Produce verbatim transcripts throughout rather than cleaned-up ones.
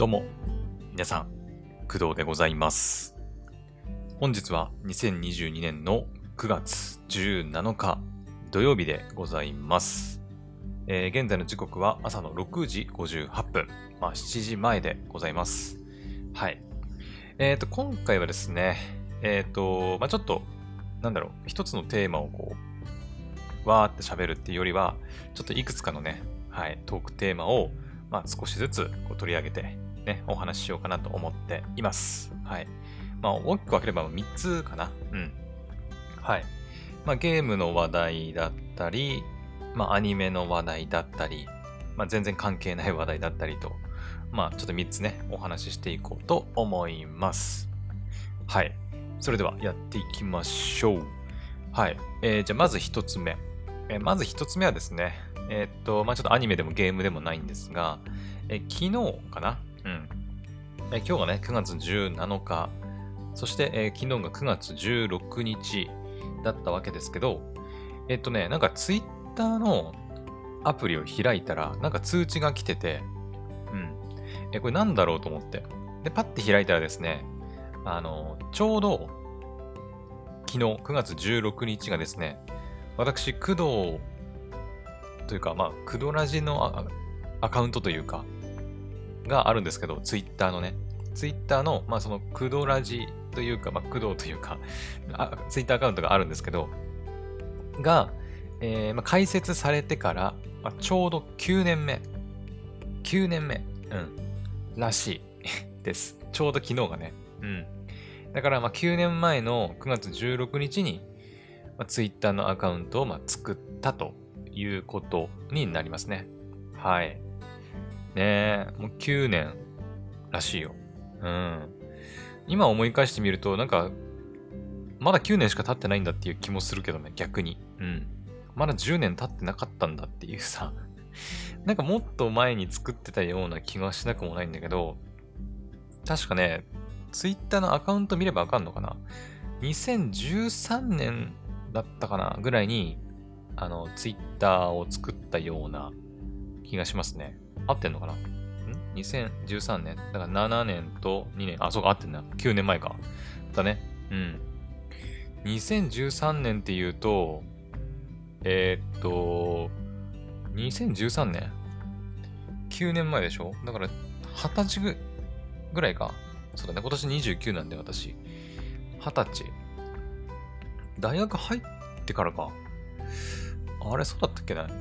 どうも、皆さん、工藤でございます。本日はにせんにじゅうにねんのくがつじゅうなのか土曜日でございます。えー現在の時刻は朝のろくじごじゅうはっぷん、まあしちじまえでございます。はい。えっと、今回はですね、えっと、まあちょっと、なんだろう、一つのテーマをこう、わーって喋るっていうよりは、ちょっといくつかのね、はい、トークテーマを、まあ少しずつこう取り上げて、ね、お話ししようかなと思っています。はい。まあ大きく分ければみっつかな。うん。はい。まあゲームの話題だったり、まあアニメの話題だったり、まあ全然関係ない話題だったりと、まあちょっとみっつね、お話ししていこうと思います。はい。それではやっていきましょう。はい。えーじゃあまずひとつめ。えーまずひとつめはですね、えーっと、まあちょっとアニメでもゲームでもないんですが、えー昨日かなうん。えー今日がね、くがつじゅうなのか、そして、えー昨日がくがつじゅうろくにちだったわけですけど、えーっとね、なんかツイッターのアプリを開いたら、なんか通知が来てて、うん。えーこれなんだろうと思って。で、パッて開いたらですね、あの、ちょうど昨日くがつじゅうろくにちがですね、私、工藤というか、まあ、クドラジのアアカウントというか、があるんですけど、ツイッターのね、ツイッターの、まあ、その、クドラジというか、まあ、クドというか、あツイッターアカウントがあるんですけど、が、えーまあ、開設されてから、まあ、ちょうどきゅうねんめ。きゅうねんめ。うん。らしいです。ちょうど昨日がね。うん。だから、まあ、きゅうねんまえのくがつじゅうろくにちに、まあ、ツイッターのアカウントを、まあ、作ったということになりますね。はい。ねえ、もうきゅうねんらしいよ。うん。今思い返してみると、なんか、まだきゅうねんしか経ってないんだっていう気もするけどね、逆に。うん。まだじゅうねん経ってなかったんだっていうさ。なんかもっと前に作ってたような気がしなくもないんだけど、確かね、ツイッターのアカウント見ればわかんのかな ?にせんじゅうさんねんだったかなぐらいに、あの、ツイッターを作ったような気がしますね。合ってんのかなん ?にせんじゅうさんねん。だからななねんとにねん。あ、そうか、合ってんな。きゅうねんまえか。だね。うん。にせんじゅうさんねんって言うと、えーっと、にせんじゅうさんねん ?きゅうねんまえでしょだから、はたちぐぐらいか。そうだね。今年にじゅうきゅうなんで、私。はたち。大学入ってからか。あれ、そうだったっけなうん。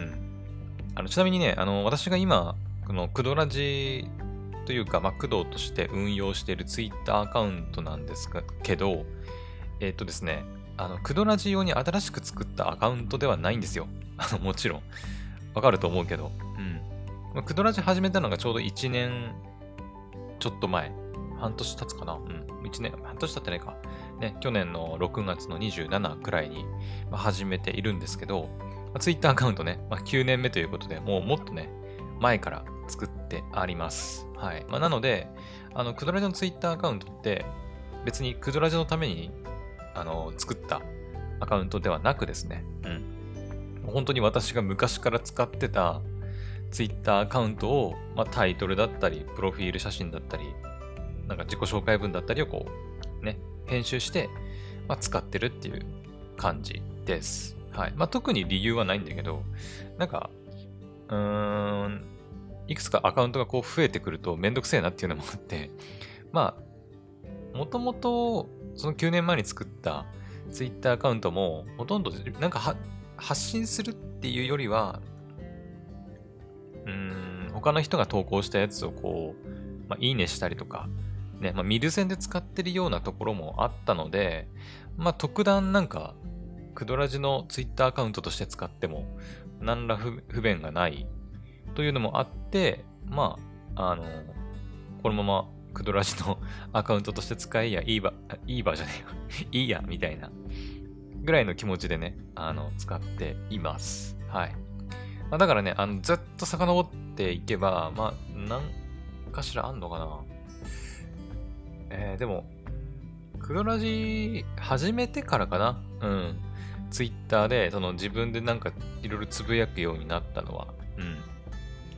あの、ちなみにね、あの、私が今、この、クドラジというか、まあ、クドとして運用しているツイッターアカウントなんですがけど、えっとですね、あの、クドラジ用に新しく作ったアカウントではないんですよ。あの、もちろん。わかると思うけど。うん。まあ、クドラジ始めたのがちょうどいちねんちょっと前。半年経つかなうん。いちねん、半年経ってないか。ね、去年のろくがつのにじゅうしちくらいに、まあ、始めているんですけど、まあ、ツイッターアカウントね、まあ、きゅうねんめということで、もうもっとね、前から作ってあります。はい。まあ、なので、あの、クドラジのツイッターアカウントって、別にクドラジのために、あの、作ったアカウントではなくですね、うん。本当に私が昔から使ってたツイッターアカウントを、まあ、タイトルだったり、プロフィール写真だったり、なんか自己紹介文だったりをこう、ね、編集して、まあ、使ってるっていう感じです。はい。まあ、特に理由はないんだけど、なんか、うーん、いくつかアカウントがこう増えてくるとめんどくせえなっていうのもあって、まあ、もともとそのきゅうねんまえに作ったツイッターアカウントも、ほとんどなんかは発信するっていうよりは、うーん、他の人が投稿したやつをこう、まあ、いいねしたりとか、ね、まあ、ミルセンで使ってるようなところもあったので、まあ、特段なんか、クドラジのツイッターアカウントとして使っても、何ら不不便がないというのもあって、まあ、あの、このままクドラジのアカウントとして使いや、いいば、いいばじゃねえよ。いいや、みたいな、ぐらいの気持ちでね、あの、使っています。はい。まあ、だからね、あの、ずっと遡っていけば、まあ、なんかしらあんのかな。えー、でも、クドラジ始めてからかな。うん。ツイッターで、その自分でなんかいろいろつぶやくようになったのは。うん。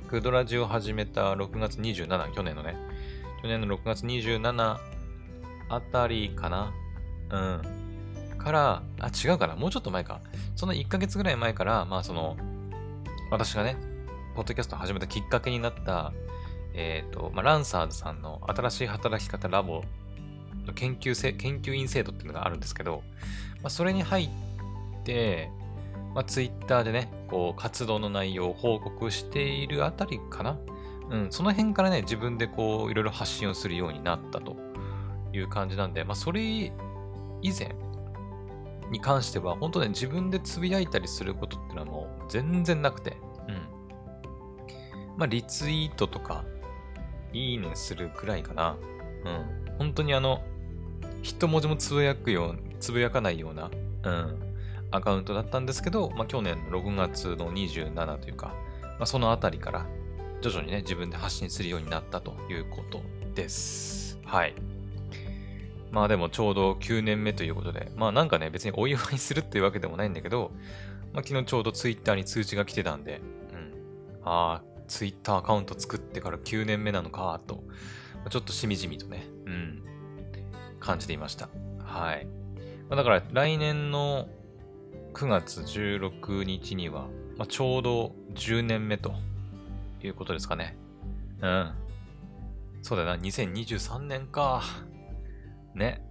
クドラジを始めたろくがつにじゅうしちにち、去年のね、去年のろくがつにじゅうしちあたりかなうん。から、あ、違うかなもうちょっと前か。そのいっかげつぐらい前から、まあその、私がね、ポッドキャストを始めたきっかけになった、えっと、まあ、ランサーズさんの新しい働き方ラボの研究せ研究員制度っていうのがあるんですけど、まあ、それに入って、まあ、ツイッターでね、こう、活動の内容を報告しているあたりかなうん、その辺からね、自分でこう、いろいろ発信をするようになったという感じなんで、まあ、それ以前に関しては、本当ね、自分でつぶやいたりすることっていうのはもう全然なくて、うん。まあ、リツイートとか、いいねするくらいかな。うん。本当にあの、一文字もつぶやくよう、つぶやかないような、うん、アカウントだったんですけど、まあ、去年のろくがつのにじゅうしちというか、まあ、そのあたりから、徐々にね、自分で発信するようになったということです。はい。まあでもちょうどきゅうねんめということで、まあなんかね、別にお祝いするっていうわけでもないんだけど、まあ昨日ちょうどツイッターに通知が来てたんで、うん。ああ、ツイッターアカウント作ってからきゅうねんめなのか、と、ちょっとしみじみとね、うん、感じていました。はい。まあ、だから来年のくがつじゅうろくにちには、まあ、ちょうどじゅうねんめということですかね。うん。そうだな、にせんにじゅうさんねんか。ね。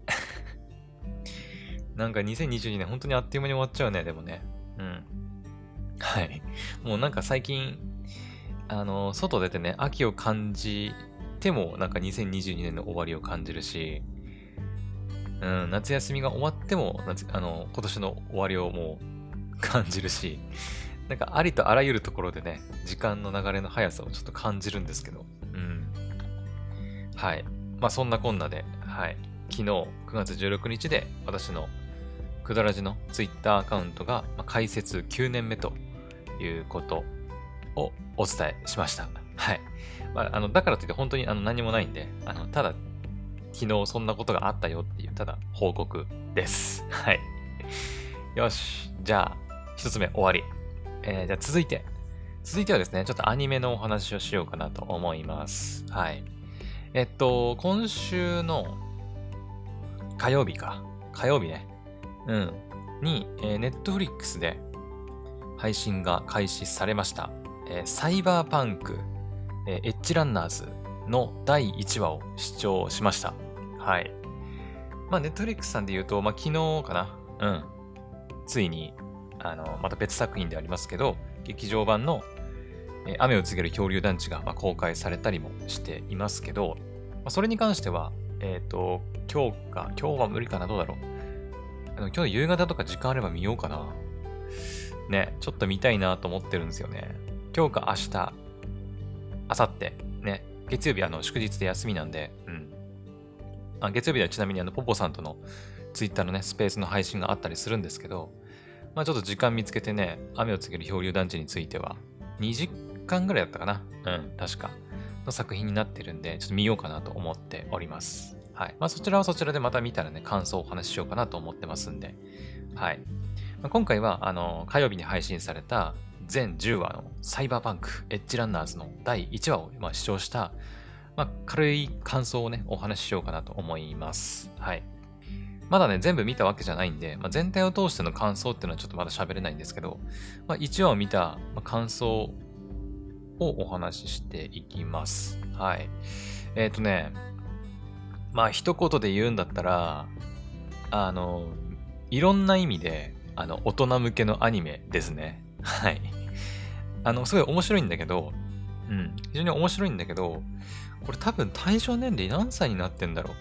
なんかにせんにじゅうにねん本当にあっという間に終わっちゃうね、でもね。うん。はい。もうなんか最近、あの、外出てね、秋を感じても、なんかにせんにじゅうにねんの終わりを感じるし、うん、夏休みが終わっても、夏あの、今年の終わりをもう感じるし、なんかありとあらゆるところでね、時間の流れの速さをちょっと感じるんですけど、うん。はい。まあそんなこんなで、はい。昨日くがつじゅうろくにちで私のくだらじのツイッターアカウントが開設きゅうねんめということをお伝えしました。はい。まあ、あのだからといって本当にあの何もないんで、あのただ昨日そんなことがあったよっていうただ報告です。はい。よし。じゃあ一つ目終わり。えー、じゃあ続いて。続いてはですね、ちょっとアニメのお話をしようかなと思います。はい。えっと、今週の火曜日か。火曜日ね。うん。に、えー、Netflix で配信が開始されました。えー、サイバーパンク、えー、エッジランナーズのだいいちわを視聴しました。はい。まあ、Netflix さんで言うと、まあ、昨日かな。うん。ついに、あの、また別作品でありますけど、劇場版の、えー、雨を告げる漂流団地が、まあ、公開されたりもしていますけど、まあ、それに関しては、えっと、今日か、今日は無理かな、どうだろう。あの今日夕方とか時間あれば見ようかな。ね、ちょっと見たいなと思ってるんですよね。今日か明日、明後日、ね、月曜日あの祝日で休みなんで、うん。あ月曜日はちなみにあのポポさんとのツイッターのね、スペースの配信があったりするんですけど、まあちょっと時間見つけてね、雨を告げる漂流団地については、にじかんぐらいだったかな。うん、確か。の作品になってるんで、ちょっと見ようかなと思っております。はい。まあそちらはそちらでまた見たらね、感想をお話ししようかなと思ってますんで、はい。まあ、今回は、あの、火曜日に配信された全じゅうわのサイバーパンクエッジランナーズのだいいちわを、まあ、視聴した、まあ、軽い感想をね、お話ししようかなと思います。はい。まだね、全部見たわけじゃないんで、まあ、全体を通しての感想っていうのはちょっとまだ喋れないんですけど、まあ、いちわを見た感想をお話ししていきます。はい。えっとね、まあ一言で言うんだったら、あの、いろんな意味で、あの、大人向けのアニメですね。はい。あの、すごい面白いんだけど、うん。非常に面白いんだけど、これ多分対象年齢何歳になってんだろう。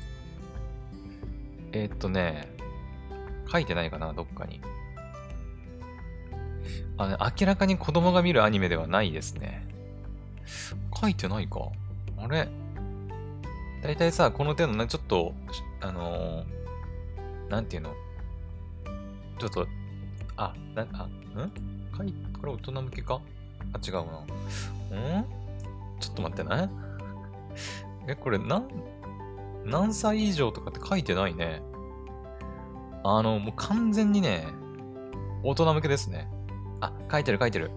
えー、っとね、書いてないかな、どっかに。あの、明らかに子供が見るアニメではないですね。書いてないか。あれだいたいさ、この程度ね、ちょっと、あのー、なんていうのちょっと、あ、な、あ、ん書い、これ大人向けかあ、違うな。んちょっと待ってね。え、これ、なん、何歳以上とかって書いてないね。あの、もう完全にね、大人向けですね。あ、書いてる書いてる。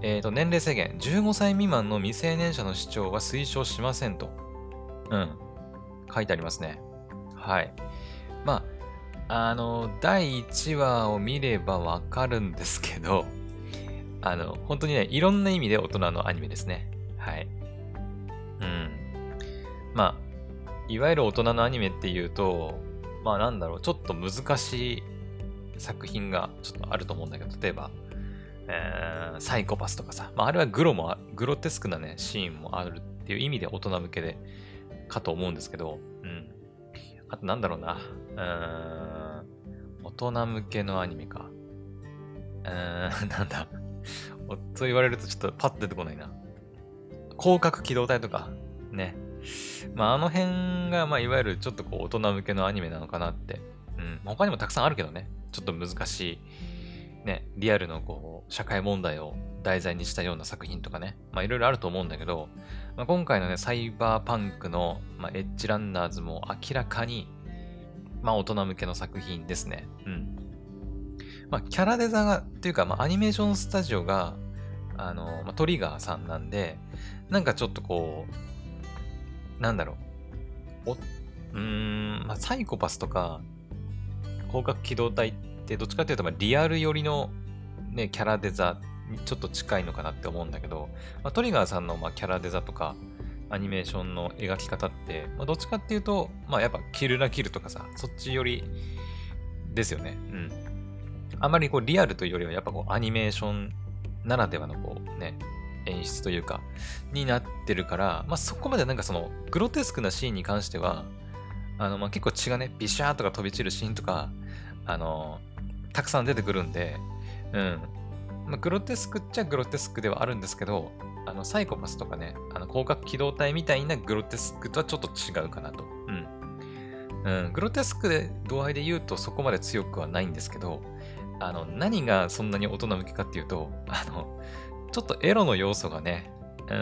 えっと、年齢制限、じゅうごさい未満の未成年者の視聴は推奨しませんと。うん。書いてありますね。はい。まあ、あの、だいいちわを見ればわかるんですけど、あの、本当にね、いろんな意味で大人のアニメですね。はい。うん。まあ、いわゆる大人のアニメっていうと、まあなんだろう、ちょっと難しい作品がちょっとあると思うんだけど、例えば、えーサイコパスとかさ、まああれはグロも、グロテスクなね、シーンもあるっていう意味で大人向けで、かと思うんですけど、うん。あとなんだろうな、うーん、大人向けのアニメか。うーん、なんだ。そう言われるとちょっとパッと出てこないな。広角機動隊とか、ね。まあ、あの辺が、まあ、いわゆるちょっとこう、大人向けのアニメなのかなって。うん。他にもたくさんあるけどね。ちょっと難しい、ね、リアルのこう、社会問題を題材にしたような作品とかね。まあ、いろいろあると思うんだけど、まあ、今回のね、サイバーパンクの、まあ、エッジランナーズも明らかに、まあ、大人向けの作品ですね。うん。まあ、キャラデザが、っていうか、まあ、アニメーションスタジオが、あの、まあ、トリガーさんなんで、なんかちょっとこう、なんだろう。お、うーん、まあ、サイコパスとか、広角機動隊ってどっちかっていうと、まあ、リアル寄りの、ね、キャラデザにちょっと近いのかなって思うんだけど、まあ、トリガーさんの、まあ、キャラデザとか、アニメーションの描き方って、まあ、どっちかっていうと、まあ、やっぱキルラキルとかさ、そっち寄りですよね。うん。あまりこうリアルというよりは、やっぱこうアニメーションならではのこうね、演出というか、になってるから、まあそこまでなんかその、グロテスクなシーンに関しては、あの、まあ結構血がね、ビシャーとか飛び散るシーンとか、あの、たくさん出てくるんで、うん。まあ、グロテスクっちゃグロテスクではあるんですけど、あの、サイコパスとかね、あの、広角機動隊みたいなグロテスクとはちょっと違うかなと。うん。うん、グロテスクで度合いで言うとそこまで強くはないんですけど、あの、何がそんなに大人向けかっていうと、あの、ちょっとエロの要素がね、うん、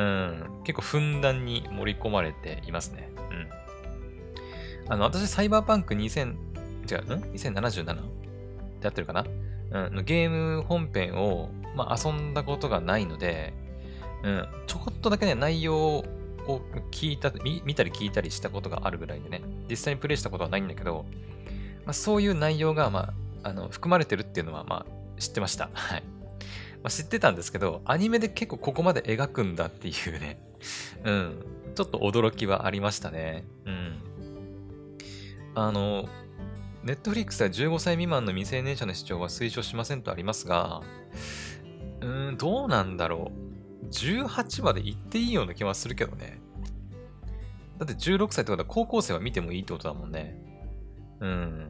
結構ふんだんに盛り込まれていますね。うん。あの、私、サイバーパンクにせん、違う、ん ?にせんななじゅうなな って合ってるかなうん、ゲーム本編を、まあ、遊んだことがないので、うん、ちょこっとだけね、内容を聞いた、見見たり聞いたりしたことがあるぐらいでね、実際にプレイしたことはないんだけど、まあ、そういう内容が、まあ、あの、含まれてるっていうのは、まあ、知ってました。はい。まあ、知ってたんですけど、アニメで結構ここまで描くんだっていうね、うん、ちょっと驚きはありましたね。うん。あの、ネットフリックスではじゅうごさい未満の未成年者の視聴は推奨しませんとありますが、うーん、どうなんだろう。じゅうはちまで行っていいような気はするけどね。だってじゅうろくさいってことは高校生は見てもいいってことだもんね。うん。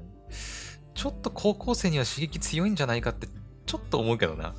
ちょっと高校生には刺激強いんじゃないかってちょっと思うけどな。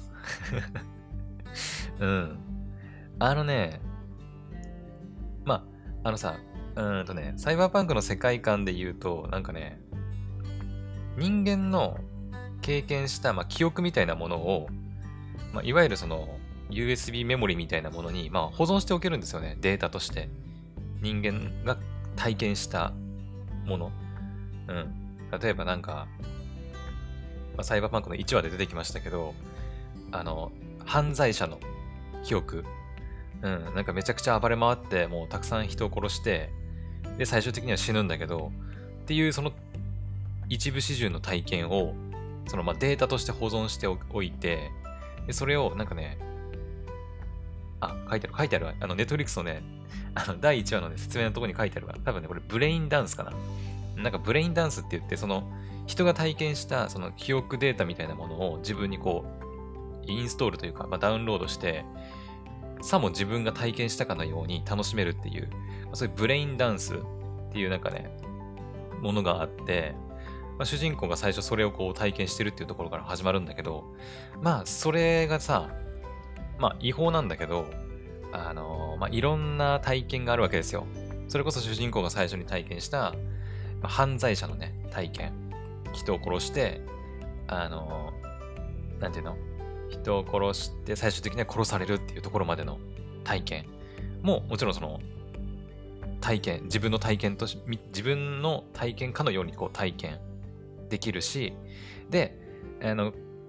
うん。あのね、まあ、あのさ、うーんとね、サイバーパンクの世界観で言うと、なんかね、人間の経験した、まあ、記憶みたいなものを、まあ、いわゆるその ユーエスビー メモリみたいなものに、まあ、保存しておけるんですよね。データとして。人間が体験したもの。うん。例えばなんか、まあ、サイバーパンクのいちわで出てきましたけど、あの、犯罪者の記憶。うん。なんかめちゃくちゃ暴れ回って、もうたくさん人を殺して、で、最終的には死ぬんだけど、っていうその一部始終の体験を、そのまあデータとして保存しておいて、で、それをなんかね、あ、書いてある、書いてあるわ。あの、ネットフリックスのね、あの、だいいちわのね、説明のところに書いてあるわ。多分ね、これブレインダンスかな。なんかブレインダンスって言って、その、人が体験したその記憶データみたいなものを自分にこう、インストールというか、まあ、ダウンロードして、さも自分が体験したかのように楽しめるっていう、まあ、そういうブレインダンスっていうなんかね、ものがあって、まあ、主人公が最初それをこう体験してるっていうところから始まるんだけど、まあ、それがさ、まあ、違法なんだけど、あのーまあ、いろんな体験があるわけですよ。それこそ主人公が最初に体験した、まあ、犯罪者のね、体験。人を殺して、あのーなんていうの人を殺して最終的には殺されるっていうところまでの体験も、もちろんその、体験、自分の体験とし、自分の体験かのようにこう体験できるし、で、あの、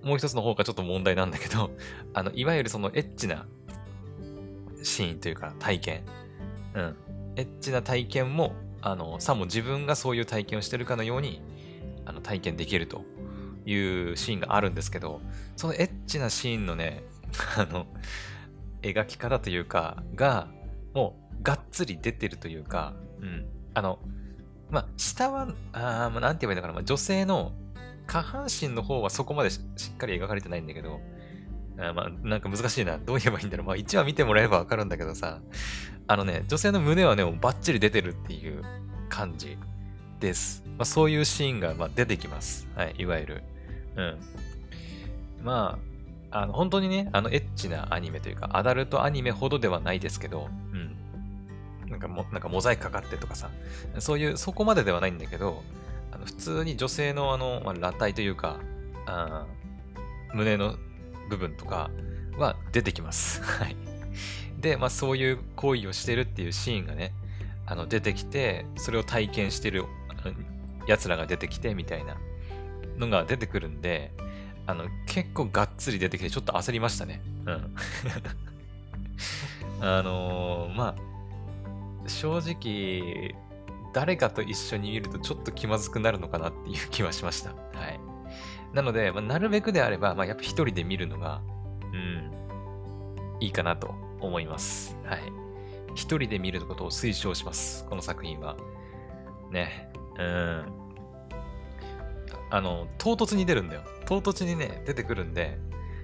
もう一つの方がちょっと問題なんだけど、あの、いわゆるそのエッチなシーンというか体験。うん。エッチな体験も、あの、さも自分がそういう体験をしてるかのように、あの、体験できるというシーンがあるんですけど、そのエッチなシーンのね、あの、描き方というか、が、もう、がっつり出てるというか、うん。あの、まあ、下は、あーまあ、なんて言えばいいのかな、まあ、女性の下半身の方はそこまでし、しっかり描かれてないんだけど、あーまあ、なんか難しいな。どう言えばいいんだろう。まあ、いちわ見てもらえればわかるんだけどさ、あのね、女性の胸はね、もうバッチリ出てるっていう感じです。まあ、そういうシーンが、まあ、出てきます。はい、いわゆる。うん。まあ、あの、本当にね、あの、エッチなアニメというか、アダルトアニメほどではないですけど、うん。なんかも、なんかモザイクかかってとかさ、そういう、そこまでではないんだけど、あの普通に女性のあの、まあ、裸体というか、あー胸の部分とかは出てきます。はい。で、まあそういう行為をしてるっていうシーンがね、あの出てきて、それを体験してるあの奴らが出てきてみたいなのが出てくるんで、あの結構がっつり出てきてちょっと焦りましたね。うん。あのーまあ、正直、誰かと一緒に見るとちょっと気まずくなるのかなっていう気はしました。はい。なので、まあ、なるべくであれば、まあ、やっぱ一人で見るのが、うん、いいかなと思います。はい。一人で見ることを推奨します。この作品は。ね。うん。あの、唐突に出るんだよ。唐突にね、出てくるんで。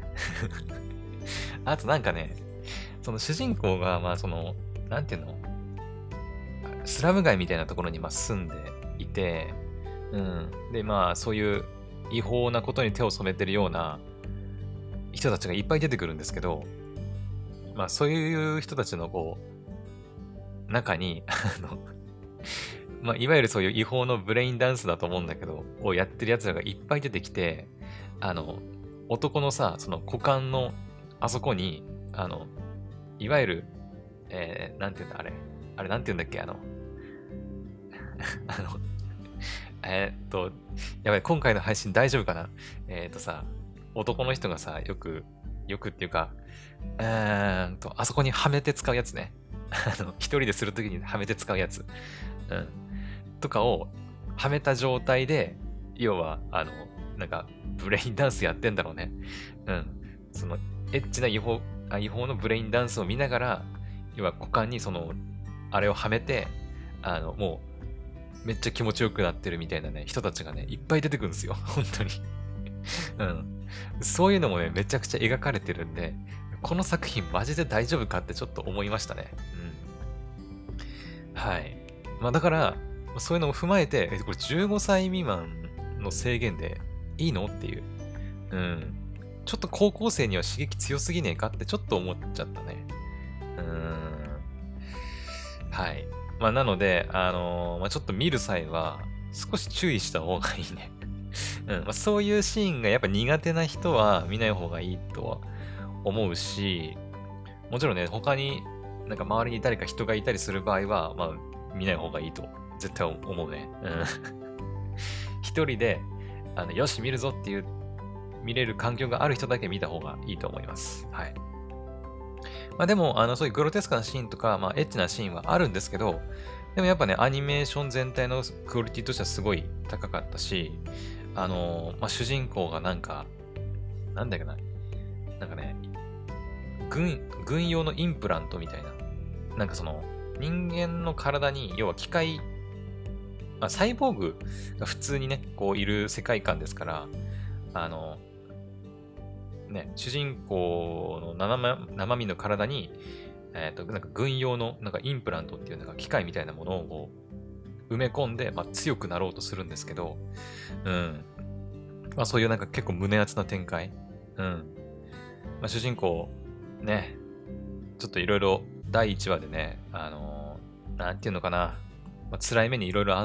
あとなんかね、その主人公が、まあその、なんていうのスラム街みたいなところにまあ住んでいて、うん。で、まあそういう違法なことに手を染めてるような人たちがいっぱい出てくるんですけど、まあそういう人たちのこう、中に、あの、まあいわゆるそういう違法のブレインダンスだと思うんだけど、をやってる奴らがいっぱい出てきて、あの、男のさ、その股間のあそこに、あの、いわゆる、えー、なんて言うんだ、あれ。あれ、なんて言うんだっけ、あの、あの、えーっと、やばい、今回の配信大丈夫かな。えーっとさ、男の人がさ、よく、よくっていうか、うーんと、あそこにはめて使うやつね。あの、一人でするときにはめて使うやつ。うん。とかを、はめた状態で、要は、あの、なんか、ブレインダンスやってんだろうね。うん。その、エッチな違法、あ違法のブレインダンスを見ながら、要は股間にその、あれをはめて、あの、もう、めっちゃ気持ちよくなってるみたいなね、人たちがね、いっぱい出てくるんですよ。本当に。うん。そういうのもね、めちゃくちゃ描かれてるんで、この作品マジで大丈夫かってちょっと思いましたね。うん。はい。まあだから、そういうのを踏まえて、え、これじゅうごさい未満の制限でいいのっていう。うん。ちょっと高校生には刺激強すぎねえかってちょっと思っちゃったね。うーん。はい。まあなので、あのーまあちょっと見る際は、少し注意した方がいいね。うん。まあ、そういうシーンがやっぱ苦手な人は見ない方がいいとは思うし、もちろんね、他になんか周りに誰か人がいたりする場合は、まあ見ない方がいいと絶対思うね。うん。一人で、あの、よし、見るぞっていう、見れる環境がある人だけ見た方がいいと思います。はい。まあでも、あの、そういうグロテスクなシーンとか、まあエッチなシーンはあるんですけど、でもやっぱね、アニメーション全体のクオリティとしてはすごい高かったし、あのーまあ、主人公がなんか、なんだっけな、なんかね、軍、軍用のインプラントみたいな、なんかその、人間の体に、要は機械、まあ、サイボーグが普通にね、こういる世界観ですから、あの、ね、主人公の生生身の体に、えっと、なんか軍用のなんかインプラントっていうなんか機械みたいなものを埋め込んで、まあ、強くなろうとするんですけど、うん。まあそういうなんか結構胸熱な展開。うん。まあ主人公、ね、ちょっといろいろだいいちわでね、あのーなんていうのかな、まあ、辛い目にいろいろあって、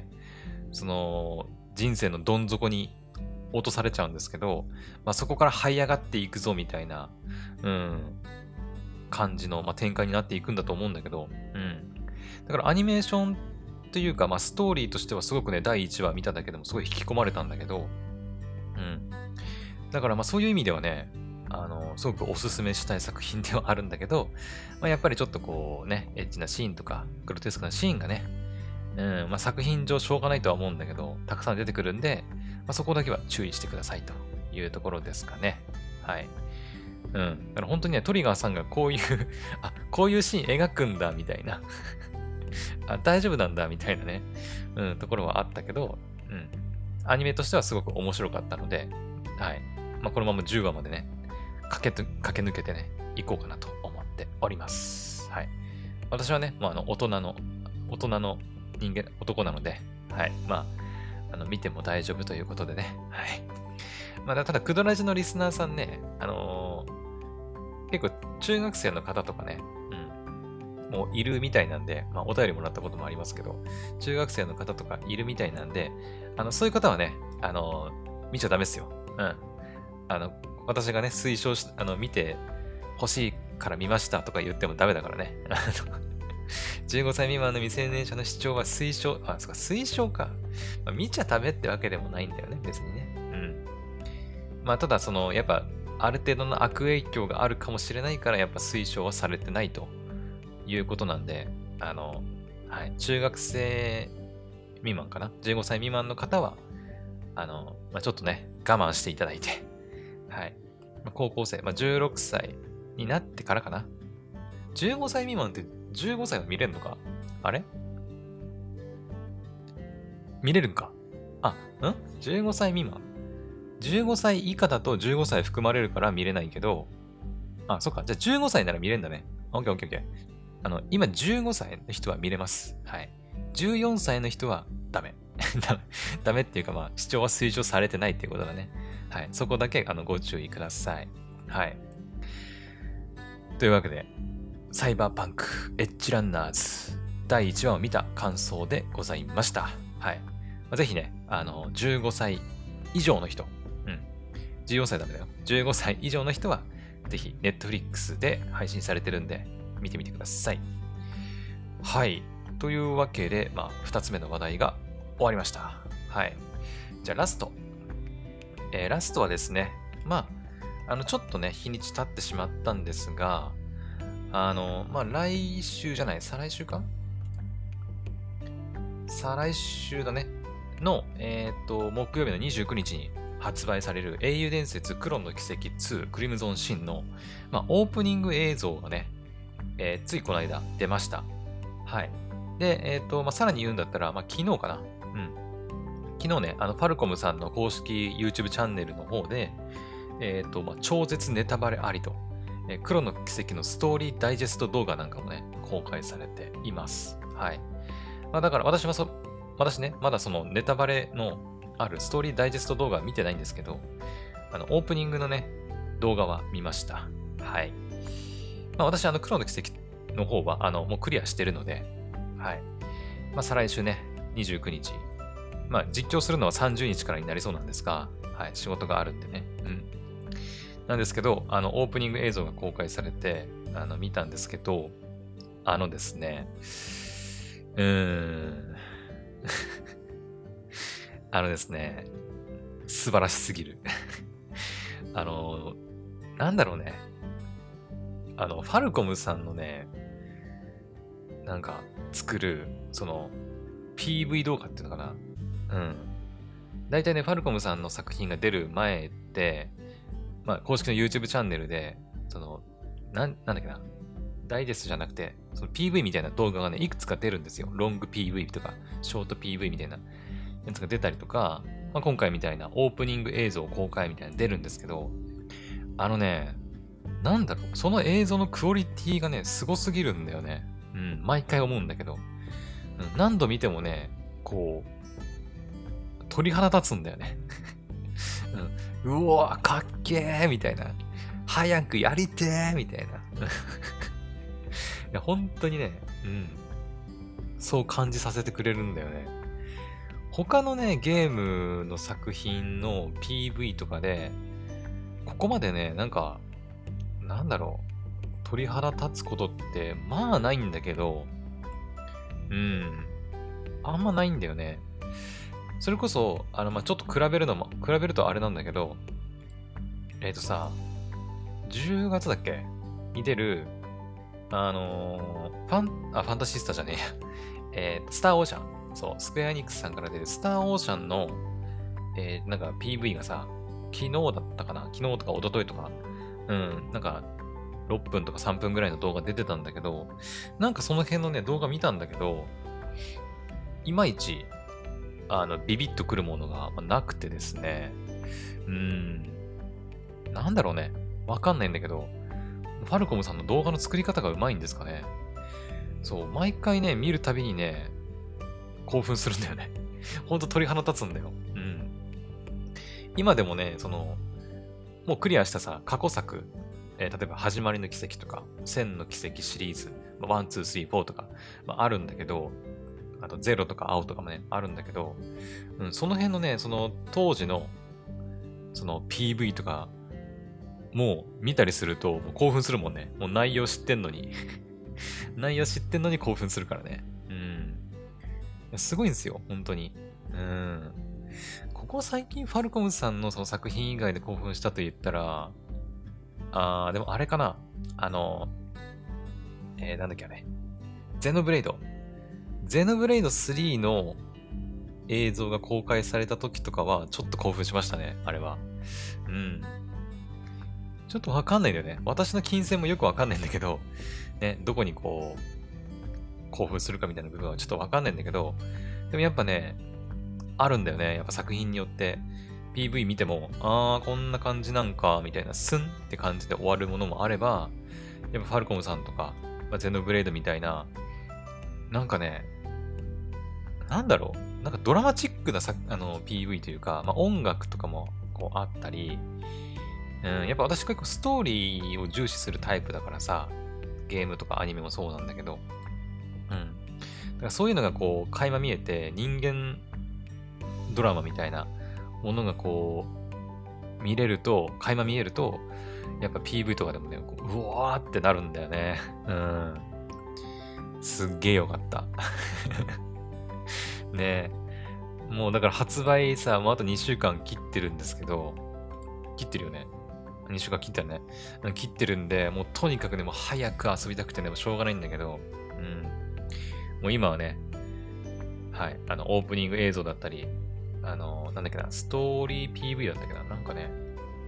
その、人生のどん底に落とされちゃうんですけど、まあそこから這い上がっていくぞみたいな、うん、感じの、まあ、展開になっていくんだと思うんだけど、うん。だからアニメーションというか、まあストーリーとしてはすごくね、だいいちわ見ただけでもすごい引き込まれたんだけど、うん。 だからまあそういう意味ではね、あの、すごくおすすめしたい作品ではあるんだけど、まあ、やっぱりちょっとこうね、エッチなシーンとか、グロテスクなシーンがね、うん、まあ作品上しょうがないとは思うんだけど、たくさん出てくるんで、まあ、そこだけは注意してくださいというところですかね。はい。うん。だから本当にね、トリガーさんがこういうあ、こういうシーン描くんだ、みたいなあ、大丈夫なんだ、みたいなね、うん、ところはあったけど、うん。アニメとしてはすごく面白かったので、はい。まあ、このままじゅうわまでね、駆け駆け抜けてね、行こうかなと思っております。はい。私はね、まあ、あの、大人の、大人の人間、男なので、はい。まあ、あの、見ても大丈夫ということでね、はい。まあ、ただ、クドラジのリスナーさんね、あのー結構中学生の方とかね、うん、もういるみたいなんで、まあお便りもらったこともありますけど、中学生の方とかいるみたいなんで、あの、そういう方はね、あの、見ちゃダメですよ。うん。あの、私がね、推奨し、あの、見て欲しいから見ましたとか言ってもダメだからね。あのじゅうごさい未満の未成年者の視聴は推奨、あ、そうか、推奨か。まあ、見ちゃダメってわけでもないんだよね、別にね。うん。まあ、ただ、その、やっぱ、ある程度の悪影響があるかもしれないから、やっぱ推奨はされてないということなんで、あの、はい、中学生未満かな ?じゅうご 歳未満の方は、あの、まあ、ちょっとね、我慢していただいて、はい。まあ、高校生、まあ、じゅうろくさいになってからかな ?じゅうご 歳未満ってじゅうごさいは見れるのかあれ見れるんかあ、ん ?じゅうご 歳未満じゅうごさい以下だとじゅうごさい含まれるから見れないけど、あ、そっか。じゃあじゅうごさいなら見れるんだね。オッケーオッケーオッケー。あの、今じゅうごさいの人は見れます。はい。じゅうよんさいの人はダメ。ダメ。ダメっていうかまあ、視聴は推奨されてないっていうことだね。はい。そこだけあのご注意ください。はい。というわけで、サイバーパンクエッジランナーズだいいちわを見た感想でございました。はい。まあ、ぜひね、あの、じゅうごさい以上の人、うん。じゅうよんさいダメだよ。じゅうごさい以上の人は、ぜひ、Netflix で配信されてるんで、見てみてください。はい。というわけで、まあ、二つ目の話題が終わりました。はい。じゃあ、ラスト。えー、ラストはですね、まあ、あの、ちょっとね、日にち経ってしまったんですが、あの、まあ、来週じゃない、再来週か再来週だね。の、えっと、木曜日のにじゅうくにちに発売される英雄伝説クロンの奇跡ツークリムゾンシンの、まあ、オープニング映像がね、えーついこの間出ました。はい。で、えっと、まあ、さらに言うんだったら、まあ、昨日かな。うん。昨日ね、あの、ファルコムさんの公式 YouTube チャンネルの方で、えっと、まあ、超絶ネタバレありと、えー、黒の奇跡のストーリーダイジェスト動画なんかもね、公開されています。はい。まあ、だから私はそ、私ね、まだそのネタバレのあるストーリーダイジェスト動画は見てないんですけど、あの、オープニングのね、動画は見ました。はい。まあ、私、あの、黒の奇跡の方は、あの、もうクリアしてるので、はい。まあ、再来週ね、にじゅうくにち。まあ、実況するのはさんじゅうにちからになりそうなんですが、はい、仕事があるんでね。うん。なんですけど、あの、オープニング映像が公開されて、あの、見たんですけど、あのですね、うーん。あのですね、素晴らしすぎる。あの、なんだろうね。あの、ファルコムさんのね、なんか、作る、その、ピーブイ 動画っていうのかな。うん。大体ね、ファルコムさんの作品が出る前って、まあ、公式の YouTube チャンネルで、その、なん、なんだっけな。ダイジェストじゃなくて、その ピーブイ みたいな動画がね、いくつか出るんですよ。ロング ピーブイ とか、ショート ピーブイ みたいなやつが出たりとか、まあ、今回みたいなオープニング映像公開みたいなの出るんですけど、あのね、なんだろう、その映像のクオリティがね、すごすぎるんだよね。うん、毎回思うんだけど、うん、何度見てもね、こう、鳥肌立つんだよね。うん、うわかっけーみたいな。早くやりてーみたいな。いや、本当にね、うん。そう感じさせてくれるんだよね。他のね、ゲームの作品の ピーブイ とかで、ここまでね、なんか、なんだろう、鳥肌立つことって、まあないんだけど、うん、あんまないんだよね。それこそ、あの、まあ、ちょっと比べるのも、比べるとあれなんだけど、 えっとさ、じゅうがつだっけに出る、あのーファン、あ、ファンタシスタじゃねえや。えー、スターオーシャン。そう、スクエアエニックスさんから出るスターオーシャンの、えー、なんか ピーブイ がさ、昨日だったかな昨日とか一昨日とか、うん、なんかろっぷんとかさんぷんぐらいの動画出てたんだけど、なんかその辺のね、動画見たんだけど、いまいち、あの、ビビッとくるものがなくてですね、うーん、なんだろうね。わかんないんだけど、ファルコムさんの動画の作り方がうまいんですかね。そう、毎回ね、見るたびにね、興奮するんだよね。ほんと鳥肌立つんだよ。うん。今でもね、その、もうクリアしたさ、過去作、えー例えば、始まりの奇跡とか、千の奇跡シリーズ、まあワン、ツー、スリー、フォーとか、まあ、あるんだけど、あと、ゼロとか青とかもね、あるんだけど、うん、その辺のね、その当時の、その ピーブイ とか、もう見たりすると、もう興奮するもんね。もう内容知ってんのに内容知ってんのに興奮するからね。うん。いやすごいんですよ、本当に。うん。ここ最近ファルコムさんのその作品以外で興奮したと言ったら、あー、でもあれかな。あの、えー、なんだっけあれ。ゼノブレイド。ゼノブレイドスリーの映像が公開された時とかは、ちょっと興奮しましたね、あれは。うん。ちょっとわかんないんだよね。私の金銭もよくわかんないんだけど、ね、どこにこう、興奮するかみたいな部分はちょっとわかんないんだけど、でもやっぱね、あるんだよね。やっぱ作品によって。ピーブイ 見ても、あー、こんな感じなんか、みたいな、スンって感じで終わるものもあれば、やっぱファルコムさんとか、まあ、ゼノブレイドみたいな、なんかね、なんだろう。なんかドラマチックなさあの ピーブイ というか、まあ、音楽とかもこうあったり、うん、やっぱ私結構ストーリーを重視するタイプだからさ、ゲームとかアニメもそうなんだけど、うん。だからそういうのがこう、垣間見えて、人間ドラマみたいなものがこう、見れると、垣間見えると、やっぱ ピーブイ とかでもね、こううわーってなるんだよね。うん。すっげーよかった。ねえ。もうだから発売さ、もうあとにしゅうかん切ってるんですけど、切ってるよね。にしゅうかん切ったよね。切ってるんで、もうとにかくね、もう早く遊びたくてね、もうしょうがないんだけど、うん。もう今はね、はい、あの、オープニング映像だったり、あの、なんだっけな、ストーリー ピーブイ だったっけな、なんかね、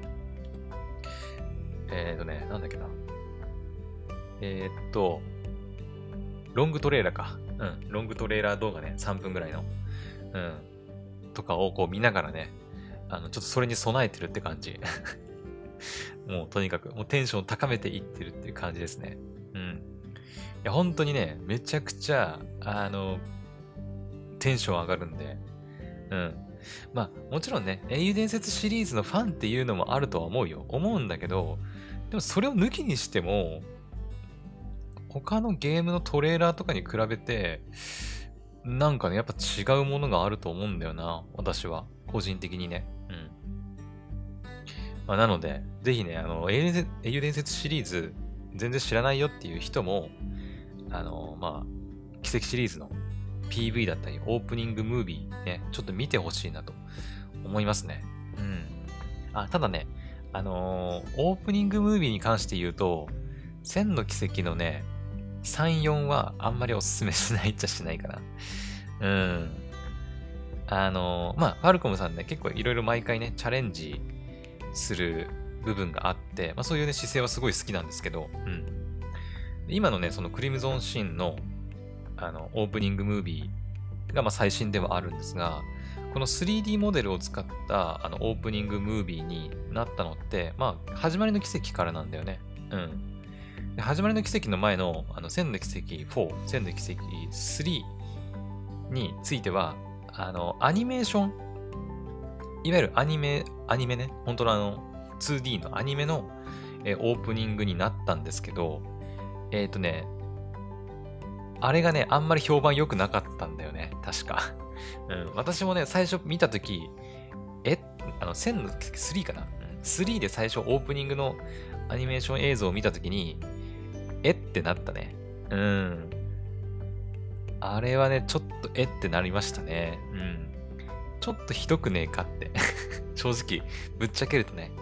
えーとね、なんだっけな、えーっと、ロングトレーラーか。うん、ロングトレーラー動画ね、さんぷんぐらいの。うん、とかをこう見ながらね、あの、ちょっとそれに備えてるって感じ。もうとにかく、もうテンションを高めていってるっていう感じですね。うん。いや、本当にね、めちゃくちゃ、あの、テンション上がるんで、うん。まあ、もちろんね、英雄伝説シリーズのファンっていうのもあるとは思うよ。思うんだけど、でもそれを抜きにしても、他のゲームのトレーラーとかに比べて、なんかね、やっぱ違うものがあると思うんだよな。私は。個人的にね。うん。まあ、なので、ぜひね、あの、英雄伝説英雄伝説シリーズ、全然知らないよっていう人も、あの、まあ、奇跡シリーズの ピーブイ だったり、オープニングムービーね、ちょっと見てほしいなと思いますね。うん。あ、ただね、あのーオープニングムービーに関して言うと、千の奇跡のね、さん、よんはあんまりおすすめしないっちゃしないかな。うん。あのーまあ、ファルコムさんね、結構いろいろ毎回ね、チャレンジする部分があって、まあそういうね、姿勢はすごい好きなんですけど、うん。今のね、そのクリムゾンシーンの、あの、オープニングムービーが、まあ最新ではあるんですが、この スリーディー モデルを使ったあのオープニングムービーになったのって、まあ、始まりの奇跡からなんだよね。うん。で始まりの奇跡の前の、あの、千の奇跡フォー、千の奇跡スリーについては、あの、アニメーション、いわゆるアニメ、アニメね、本当のあの、ツーディー のアニメの、えーオープニングになったんですけど、えっとね、あれがね、あんまり評判良くなかったんだよね。確か。うん。私もね、最初見たとき、えあの、千のスリーかな、うん、スリーで最初オープニングのアニメーション映像を見たときに、えってなったね。うん。あれはね、ちょっとえってなりましたね。うん。ちょっとひどくねえかって。正直、ぶっちゃけるとね。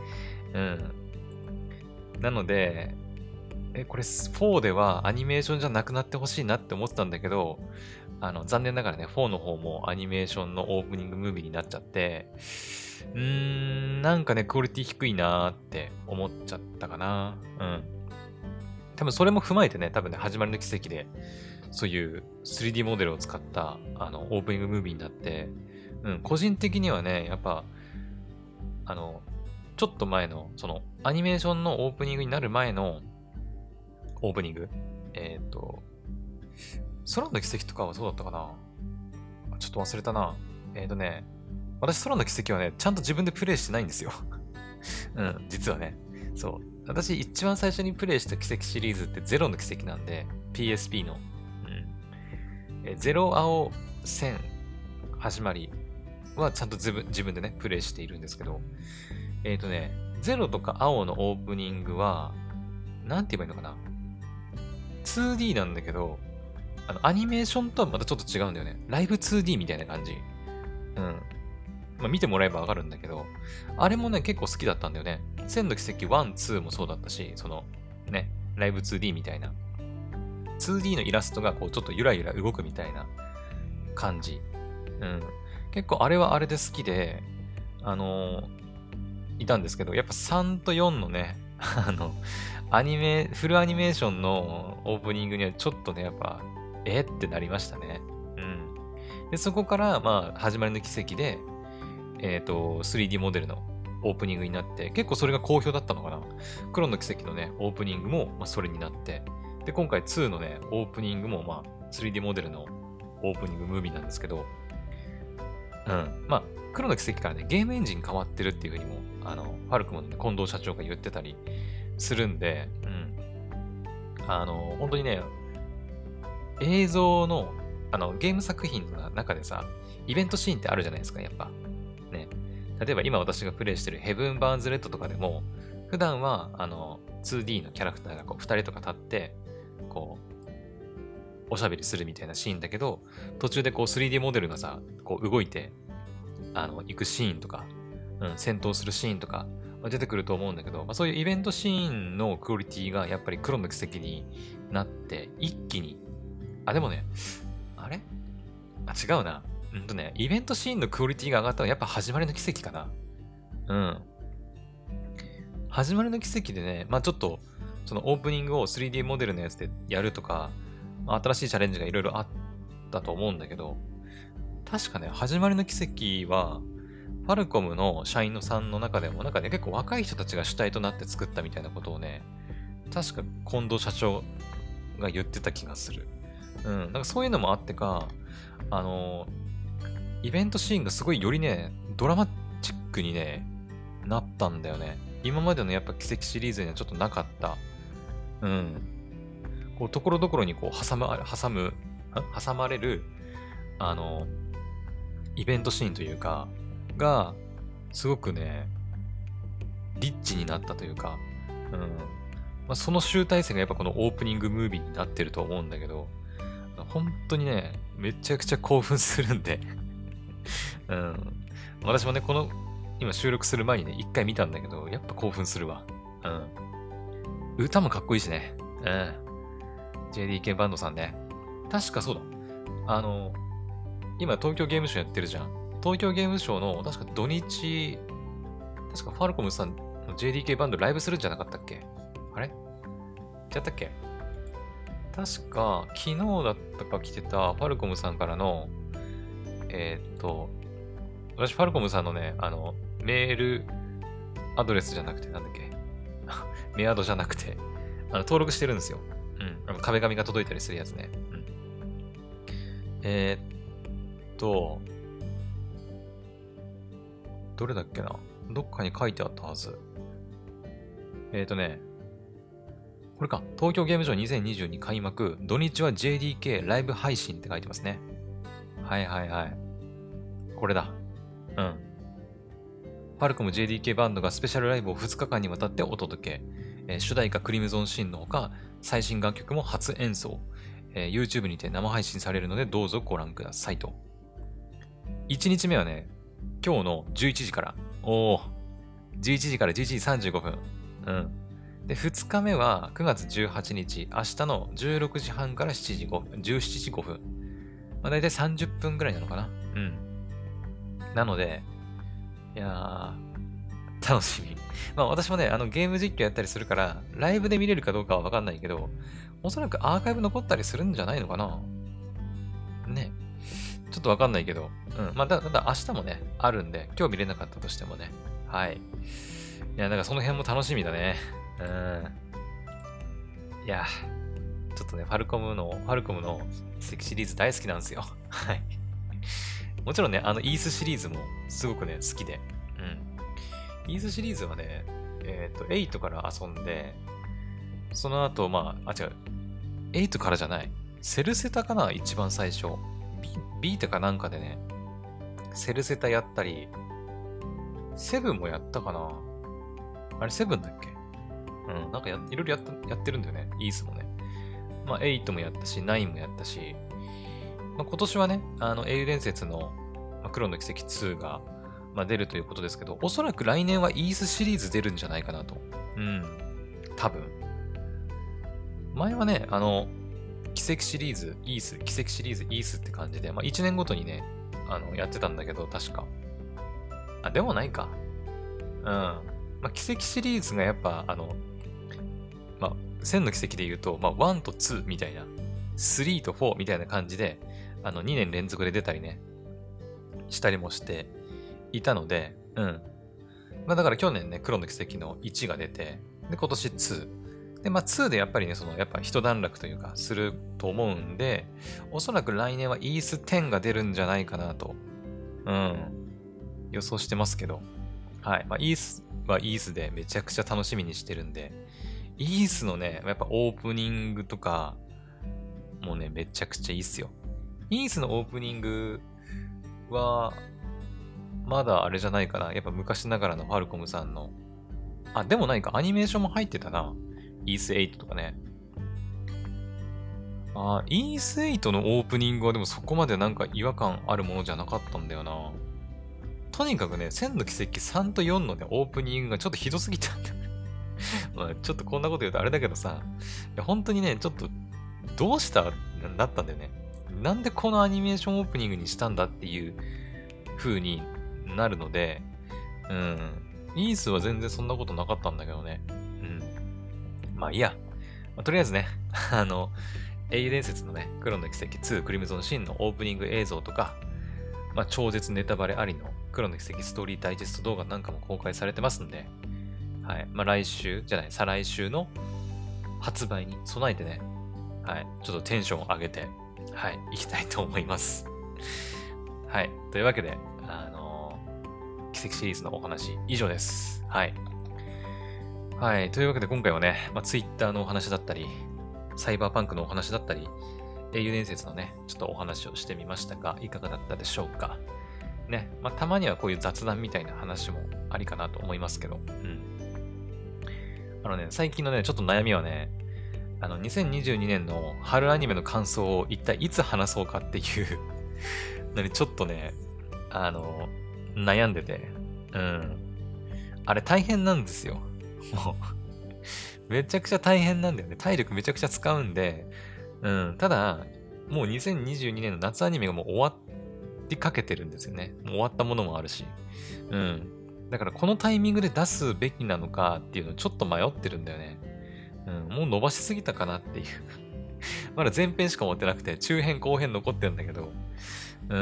うん。なので、え、これフォーではアニメーションじゃなくなってほしいなって思ってたんだけど、あの、残念ながらね、フォーの方もアニメーションのオープニングムービーになっちゃって、うーん、なんかね、クオリティ低いなーって思っちゃったかな。うん。多分それも踏まえてね、多分ね、始まりの奇跡で、そういう スリーディー モデルを使った、あの、オープニングムービーになって、うん、個人的にはね、やっぱ、あの、ちょっと前の、その、アニメーションのオープニングになる前のオープニング、えっと、空の奇跡とかはそうだったかな。ちょっと忘れたな。えっとね、私空の奇跡はね、ちゃんと自分でプレイしてないんですよ。うん、実はね。そう。私一番最初にプレイした奇跡シリーズってゼロの奇跡なんで、ピーエスピー の。うん。えゼロ青線始まりはちゃんと自分自分でね、プレイしているんですけど、えっとね、ゼロとか青のオープニングは、なんて言えばいいのかな。ツーディー なんだけど、あの、アニメーションとはまたちょっと違うんだよね。ライブ ツーディー みたいな感じ。うん。まあ、見てもらえばわかるんだけど、あれもね、結構好きだったんだよね。千の奇跡ワン、ツーもそうだったし、その、ね、ライブ ツーディー みたいな。ツーディー のイラストがこう、ちょっとゆらゆら動くみたいな感じ。うん。結構あれはあれで好きで、あのーいたんですけど、やっぱさんとよんのね、あの、アニメ、フルアニメーションのオープニングにはちょっとね、やっぱ、えってなりましたね。うん。で、そこから、まあ、始まりの奇跡で、えっと、スリーディー モデルのオープニングになって、結構それが好評だったのかな。黒の奇跡のね、オープニングも、まあ、それになって、で、今回ツーのね、オープニングも、まあ、スリーディー モデルのオープニングムービーなんですけど、うん。まあ、黒の奇跡からね、ゲームエンジン変わってるっていうふうにも、あの、ファルコムの、ね、近藤社長が言ってたりするんで、うん。あの、本当にね、映像の、あの、ゲーム作品の中でさ、イベントシーンってあるじゃないですか、やっぱ。ね。例えば今私がプレイしてるヘブン・バーンズ・レッドとかでも、普段は、あの、ツーディー のキャラクターがこう、ふたりとか立って、こう、おしゃべりするみたいなシーンだけど、途中でこう スリーディー モデルがさ、こう動いて、あの、行くシーンとか、うん、戦闘するシーンとか、まあ出てくると思うんだけど、まあ、そういうイベントシーンのクオリティがやっぱり黒の奇跡になって、一気に、あ、でもね、あれあ、違うな。うんとね、イベントシーンのクオリティが上がったのはやっぱ始まりの奇跡かな。うん。始まりの奇跡でね、まあちょっと、そのオープニングを スリーディー モデルのやつでやるとか、まあ新しいチャレンジがいろいろあったと思うんだけど、確かね、始まりの奇跡は、ファルコムの社員のさんの中でも、なんかね、結構若い人たちが主体となって作ったみたいなことをね、確か近藤社長が言ってた気がする。うん。なんかそういうのもあってか、あのイベントシーンがすごいよりね、ドラマチックにね、なったんだよね。今までのやっぱ奇跡シリーズにはちょっとなかった。うん。こう、ところどころにこう、挟む、挟む、ん挟まれる、あの、イベントシーンというか、が、すごくね、リッチになったというか、うん。まあ、その集大成がやっぱこのオープニングムービーになってると思うんだけど、本当にね、めちゃくちゃ興奮するんでうん。私もね、この、今収録する前にね、一回見たんだけど、やっぱ興奮するわ。うん。歌もかっこいいしね。うん。ジェーディーケー バンドさんね。確かそうだ。あの、今東京ゲームショウやってるじゃん。東京ゲームショウの、確か土日、確かファルコムさんの ジェーディーケー バンドライブするんじゃなかったっけ？あれやったっけ？確か、昨日だったか来てたファルコムさんからの、えーっと、私、ファルコムさんのね、あの、メールアドレスじゃなくて、なんだっけメアドじゃなくて、あの登録してるんですよ。うん。あの壁紙が届いたりするやつね。うん。えーっと、どれだっけな、どっかに書いてあったはず。えーっとね、これか。東京ゲームショウにせんにじゅうに開幕、土日は ジェーディーケー ライブ配信って書いてますね。はいはいはい。これだ。うん。ファルコム ジェーディーケー バンドがスペシャルライブをふつかかんにわたってお届け。えー主題歌クリムゾンシーンのほか、最新楽曲も初演奏。えー YouTube にて生配信されるのでどうぞご覧くださいと。いちにちめはね、今日のじゅういちじから。おー、 じゅういちじからじゅういちじさんじゅうごふん。うん。で、ふつかめはくがつじゅうはちにち、明日のじゅうろくじはんからしちじごふん、じゅうしちじごふん。まあ、だいたいさんじゅっぷんぐらいなのかな。うん。なので、いやー、楽しみ。まあ私もね、あのゲーム実況やったりするから、ライブで見れるかどうかはわかんないけど、おそらくアーカイブ残ったりするんじゃないのかな。ね。ちょっとわかんないけど、うん。まあ、ただ明日もね、あるんで、今日見れなかったとしてもね。はい。いや、だからその辺も楽しみだね。うん。いや、ちょっとね、ファルコムの、ファルコムの奇跡シリーズ大好きなんですよ。はい。もちろんね、あのイースシリーズもすごくね、好きで。うん。イースシリーズはね、えっと、はちから遊んで、その後、まあ、あ、違う。はちからじゃない。セルセタかな一番最初。ビ、ビータかなんかでね、セルセタやったり、セブンもやったかなあれセブンだっけうん、なんかや、いろいろやった、やってるんだよね。イースもね。まあ、はちもやったし、きゅうもやったし、まあ、今年はね、あの、英雄伝説の、まあ、黒の奇跡にが、まあ、出るということですけど、おそらく来年はイースシリーズ出るんじゃないかなと。うん。多分。前はね、あの、奇跡シリーズ、イース、奇跡シリーズ、イースって感じで、まあ、いちねんごとにね、あの、やってたんだけど、確か。あ、でもないか。うん。まあ、奇跡シリーズがやっぱ、あの、まあ、千の奇跡で言うと、まあ、いちとにみたいな、さんとよんみたいな感じで、あの、にねん連続で出たりね、したりもしていたので、うん。まあ、だから去年ね、黒の奇跡のいちが出て、で、今年に。で、まあ、にでやっぱりね、その、やっぱ一段落というか、すると思うんで、おそらく来年はイースじゅうが出るんじゃないかなと、うん、予想してますけど、はい。まあ、イースはイースでめちゃくちゃ楽しみにしてるんで、イースのね、やっぱオープニングとか、もうね、めちゃくちゃいいっすよ。イースのオープニングは、まだあれじゃないかな。やっぱ昔ながらのファルコムさんの。あ、でもないか。アニメーションも入ってたな。イースはちとかね。あ、イースはちのオープニングはでもそこまでなんか違和感あるものじゃなかったんだよな。とにかくね、千の奇跡さんとよんのね、オープニングがちょっとひどすぎたんだよね。まあ、ちょっとこんなこと言うとあれだけどさ、いや本当にね、ちょっと、どうしただったんだよね。なんでこのアニメーションオープニングにしたんだっていう風になるので、うん。イースは全然そんなことなかったんだけどね。うん。まあいいや。まあ、とりあえずね、あの、英雄伝説のね、黒の奇跡にクリムゾンシンのオープニング映像とか、まあ超絶ネタバレありの黒の奇跡ストーリーダイジェスト動画なんかも公開されてますんで、はい。まあ来週、じゃない、再来週の発売に備えてね、はい。ちょっとテンションを上げて、はい。いきたいと思います。はい。というわけで、あのー、奇跡シリーズのお話以上です。はい。はい。というわけで今回はね、まあ、Twitter のお話だったり、サイバーパンクのお話だったり、英雄伝説のね、ちょっとお話をしてみましたが、いかがだったでしょうか。ね。まあ、たまにはこういう雑談みたいな話もありかなと思いますけど、うん。あのね、最近のね、ちょっと悩みはね、あの、にせんにじゅうにねんの春アニメの感想を一体いつ話そうかっていうのにちょっとね、あの、悩んでて、うん。あれ大変なんですよ。もうめちゃくちゃ大変なんだよね。体力めちゃくちゃ使うんで、うん。ただ、もうにせんにじゅうにねんの夏アニメがもう終わりかけてるんですよね。もう終わったものもあるし。うん。だからこのタイミングで出すべきなのかっていうのをちょっと迷ってるんだよね。うん。もう伸ばしすぎたかなっていうまだ前編しか持ってなくて、中編後編残ってるんだけど、うん。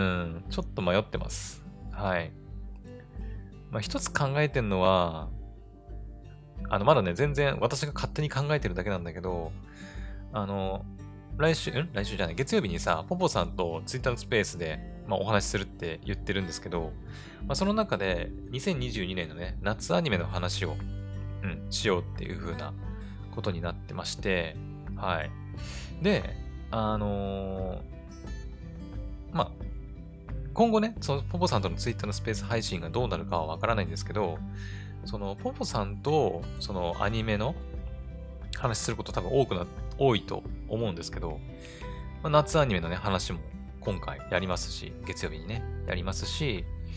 ちょっと迷ってます。はい。まあ一つ考えてんのは、あの、まだね、全然私が勝手に考えてるだけなんだけど、あの、来週、ん来週じゃない、月曜日にさ、ポポさんとツイッターのスペースで、まあ、お話しするって言ってるんですけど、まあ、その中で、にせんにじゅうにねんのね、夏アニメの話を、うん、しようっていう風なことになってまして、はい。で、あのーまあ、今後ね、そのポポさんとのツイッターのスペース配信がどうなるかはわからないんですけど、そのポポさんとそのアニメの話すること多分多くな、多いと思うんですけど、まあ、夏アニメのね、話も今回やりますし、月曜日にね、やりますし、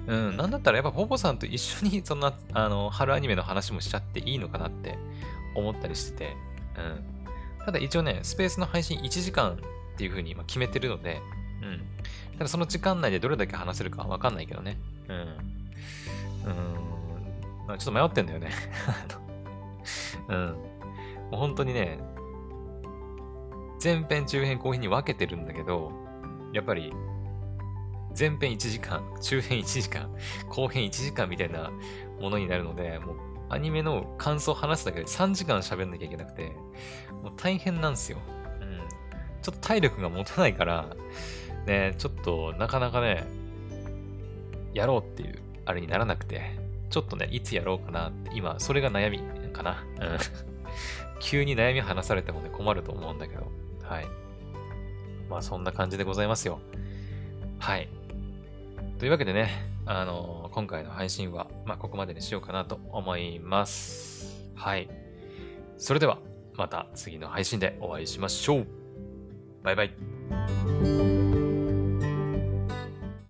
うん、なんだったらやっぱポポさんと一緒にそんな、あの、春アニメの話もしちゃっていいのかなって思ったりしてて、うん。ただ一応ね、スペースの配信いちじかんっていう風に今決めてるので、うん。ただその時間内でどれだけ話せるかわかんないけどね。うん。うーん。まあちょっと迷ってんだよね。うん。もう本当にね、前編、中編、後編に分けてるんだけど、やっぱり、前編いちじかん、中編いちじかん、後編いちじかんみたいなものになるので、もうアニメの感想を話すだけでさんじかん喋んなきゃいけなくて、もう大変なんですよ。うん。ちょっと体力が持たないから、ね、ちょっとなかなかね、やろうっていう、あれにならなくて、ちょっとね、いつやろうかなって、今、それが悩みかな。うん。急に悩み話されてもね、困ると思うんだけど、はい。まあ、そんな感じでございますよ。はい。というわけでね、あのー今回の配信は、まあ、ここまでにしようかなと思います。はい。それでは、また次の配信でお会いしましょう。バイバイ。